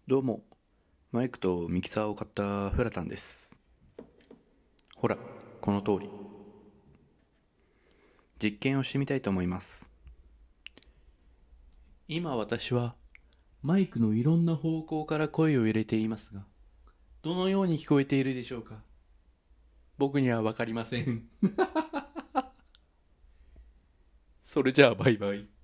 どうも、マイクとミキサーを買ったフラタンです。ほら、この通り。実験をしてみたいと思います。今私はマイクのいろんな方向から声を入れていますが、どのように聞こえているでしょうか。僕にはわかりません。それじゃあバイバイ。